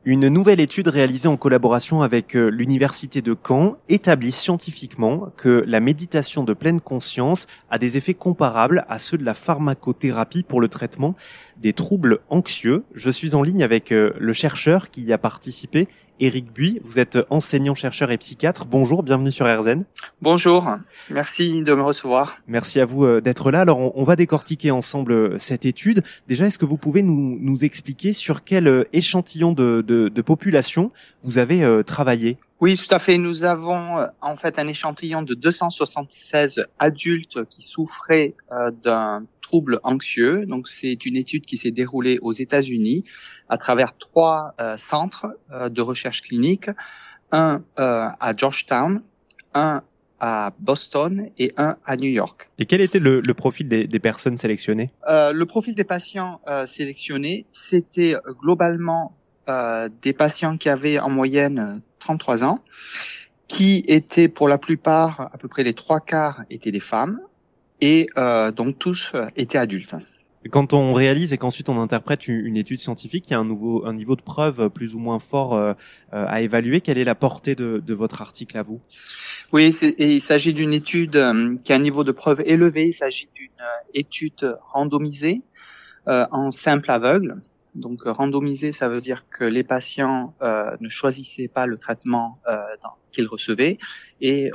Une nouvelle étude réalisée en collaboration avec l'Université de Caen établit scientifiquement que la méditation de pleine conscience a des effets comparables à ceux de la pharmacothérapie pour le traitement des troubles anxieux. Je suis en ligne avec le chercheur qui y a participé, Éric Buy. Vous êtes enseignant-chercheur et psychiatre. Bonjour, bienvenue sur RZN. Bonjour, merci de me recevoir. Merci à vous d'être là. Alors, on va décortiquer ensemble cette étude. Déjà, est-ce que vous pouvez nous expliquer sur quel échantillon de population vous avez travaillé ? Oui, tout à fait. Nous avons en fait un échantillon de 276 adultes qui souffraient d'un trouble anxieux. Donc, c'est une étude qui s'est déroulée aux États-Unis à travers 3 centres de recherche clinique, un à Georgetown, un à Boston et un à New York. Et quel était le profil des personnes sélectionnées ? Le profil des patients sélectionnés, c'était globalement des patients qui avaient en moyenne 33 ans, qui étaient pour la plupart, à peu près les 3/4 étaient des femmes, et donc tous étaient adultes. Quand on réalise et qu'ensuite on interprète une étude scientifique, il y a un niveau de preuve plus ou moins fort à évaluer. Quelle est la portée de votre article à vous ? Oui, il s'agit d'une étude qui a un niveau de preuve élevé. Il s'agit d'une étude randomisée en simple aveugle. Donc randomisé, ça veut dire que les patients ne choisissaient pas le traitement qu'ils recevaient et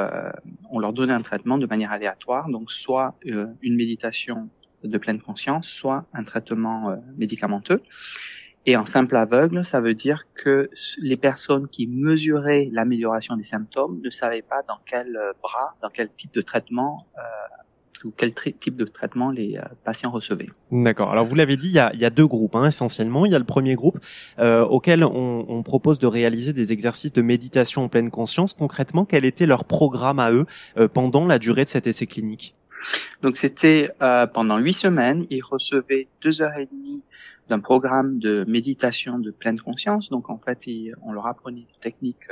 on leur donnait un traitement de manière aléatoire, donc soit une méditation de pleine conscience, soit un traitement médicamenteux. Et en simple aveugle, ça veut dire que les personnes qui mesuraient l'amélioration des symptômes ne savaient pas dans quel dans quel type de traitement ou quel type de traitement les patients recevaient. D'accord. Alors vous l'avez dit, il y a 2 groupes essentiellement. Il y a le premier groupe auquel on propose de réaliser des exercices de méditation en pleine conscience. Concrètement, quel était leur programme à eux pendant la durée de cet essai clinique ? Donc c'était pendant 8 semaines, ils recevaient 2h30 d'un programme de méditation de pleine conscience. Donc en fait, on leur apprenait des techniques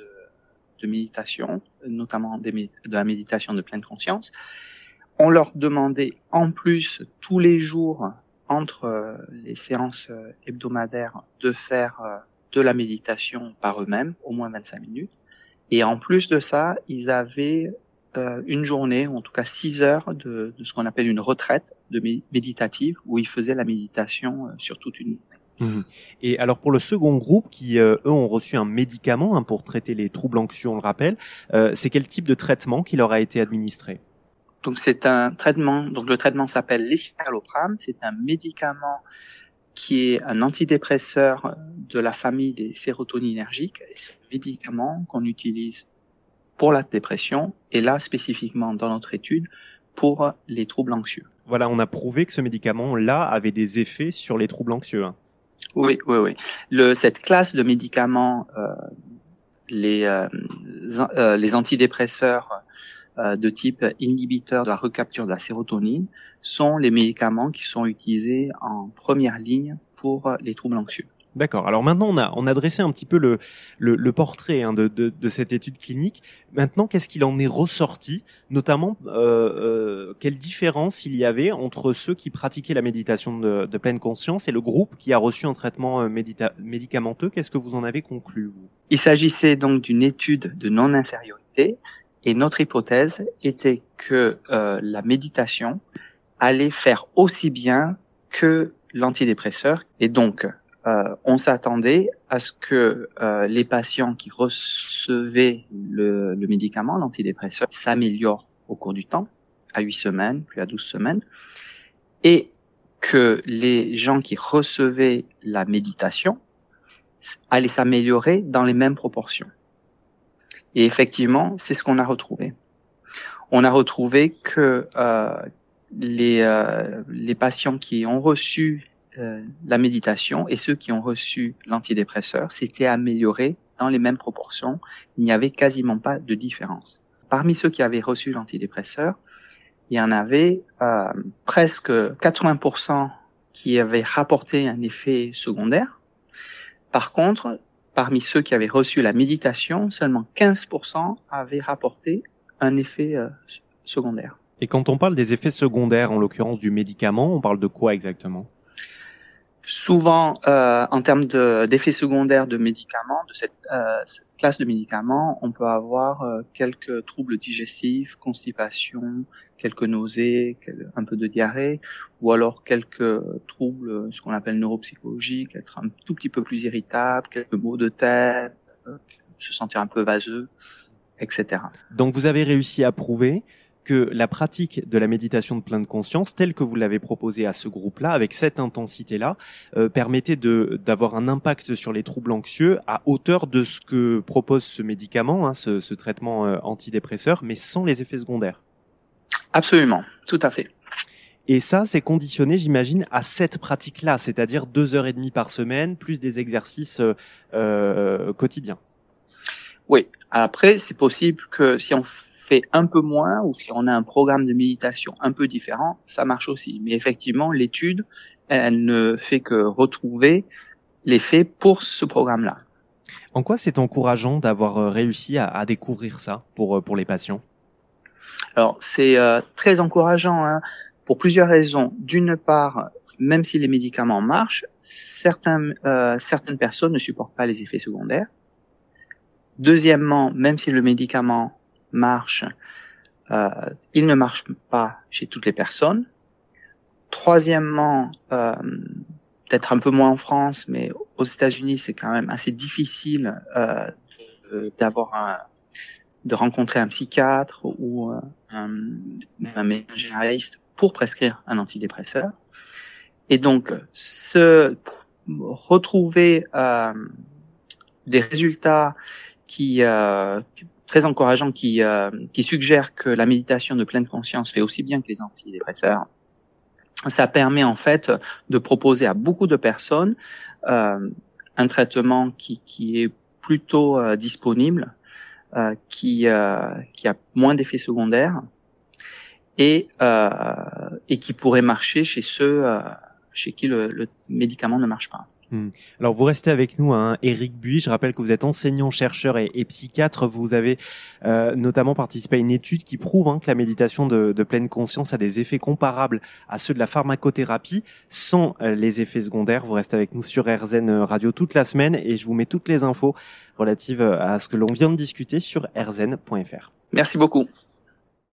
de méditation, notamment de la méditation de pleine conscience. On leur demandait en plus tous les jours entre les séances hebdomadaires de faire de la méditation par eux-mêmes, au moins 25 minutes. Et en plus de ça, ils avaient une journée, ou en tout cas 6 heures de ce qu'on appelle une retraite méditative, où ils faisaient la méditation sur toute une journée. Et alors pour le second groupe qui, eux, ont reçu un médicament pour traiter les troubles anxieux, on le rappelle, c'est quel type de traitement qui leur a été administré ? Donc c'est un traitement, donc le traitement s'appelle l'escitalopram, c'est un médicament qui est un antidépresseur de la famille des sérotoninergiques. C'est un médicament qu'on utilise pour la dépression et là spécifiquement dans notre étude pour les troubles anxieux. Voilà, on a prouvé que ce médicament-là avait des effets sur les troubles anxieux. Oui. Cette classe de médicaments, les antidépresseurs de type inhibiteur de la recapture de la sérotonine sont les médicaments qui sont utilisés en première ligne pour les troubles anxieux. D'accord. Alors maintenant, on a dressé un petit peu le portrait de cette étude clinique. Maintenant, qu'est-ce qu'il en est ressorti ? Notamment, quelle différence il y avait entre ceux qui pratiquaient la méditation de pleine conscience et le groupe qui a reçu un traitement médicamenteux ? Qu'est-ce que vous en avez conclu, vous ? Il s'agissait donc d'une étude de non-infériorité et notre hypothèse était que la méditation allait faire aussi bien que l'antidépresseur et donc on s'attendait à ce que les patients qui recevaient le médicament, l'antidépresseur, s'améliorent au cours du temps, à 8 semaines, puis à 12 semaines, et que les gens qui recevaient la méditation allaient s'améliorer dans les mêmes proportions. Et effectivement, c'est ce qu'on a retrouvé. On a retrouvé que les patients qui ont reçu la méditation et ceux qui ont reçu l'antidépresseur s'étaient améliorés dans les mêmes proportions. Il n'y avait quasiment pas de différence. Parmi ceux qui avaient reçu l'antidépresseur, il y en avait presque 80% qui avaient rapporté un effet secondaire. Par contre, parmi ceux qui avaient reçu la méditation, seulement 15% avaient rapporté un effet secondaire. Et quand on parle des effets secondaires, en l'occurrence du médicament, on parle de quoi exactement ? Souvent, en termes d'effets secondaires de médicaments, de cette classe de médicaments, on peut avoir quelques troubles digestifs, constipation, quelques nausées, un peu de diarrhée, ou alors quelques troubles, ce qu'on appelle neuropsychologiques, être un tout petit peu plus irritable, quelques maux de tête, se sentir un peu vaseux, etc. Donc vous avez réussi à prouver que la pratique de la méditation de pleine conscience, telle que vous l'avez proposée à ce groupe-là, avec cette intensité-là, permettait d'avoir un impact sur les troubles anxieux à hauteur de ce que propose ce médicament, hein, ce traitement antidépresseur, mais sans les effets secondaires. Absolument, tout à fait. Et ça, c'est conditionné, j'imagine, à cette pratique-là, c'est-à-dire 2h30 par semaine, plus des exercices quotidiens. Oui, après, c'est possible que si on fait un peu moins ou si on a un programme de méditation un peu différent, ça marche aussi. Mais effectivement, l'étude, elle ne fait que retrouver l'effet pour ce programme-là. En quoi c'est encourageant d'avoir réussi à découvrir ça pour les patients? Alors, c'est très encourageant hein, pour plusieurs raisons. D'une part, même si les médicaments marchent, certaines personnes ne supportent pas les effets secondaires. Deuxièmement, même si le médicament marche, il ne marche pas chez toutes les personnes. Troisièmement, peut-être un peu moins en France, mais aux États-Unis, c'est quand même assez difficile de rencontrer un psychiatre ou un médecin généraliste pour prescrire un antidépresseur. Et donc, retrouver des résultats très encourageants qui suggèrent que la méditation de pleine conscience fait aussi bien que les antidépresseurs. Ça permet en fait de proposer à beaucoup de personnes un traitement qui est plutôt disponible, qui a moins d'effets secondaires et qui pourrait marcher chez ceux chez qui le médicament ne marche pas. Alors vous restez avec nous, hein, Éric Buy. Je rappelle que vous êtes enseignant, chercheur et psychiatre. Vous avez notamment participé à une étude qui prouve que la méditation de pleine conscience a des effets comparables à ceux de la pharmacothérapie sans les effets secondaires. Vous restez avec nous sur RZN Radio toute la semaine et je vous mets toutes les infos relatives à ce que l'on vient de discuter sur rzn.fr. Merci beaucoup.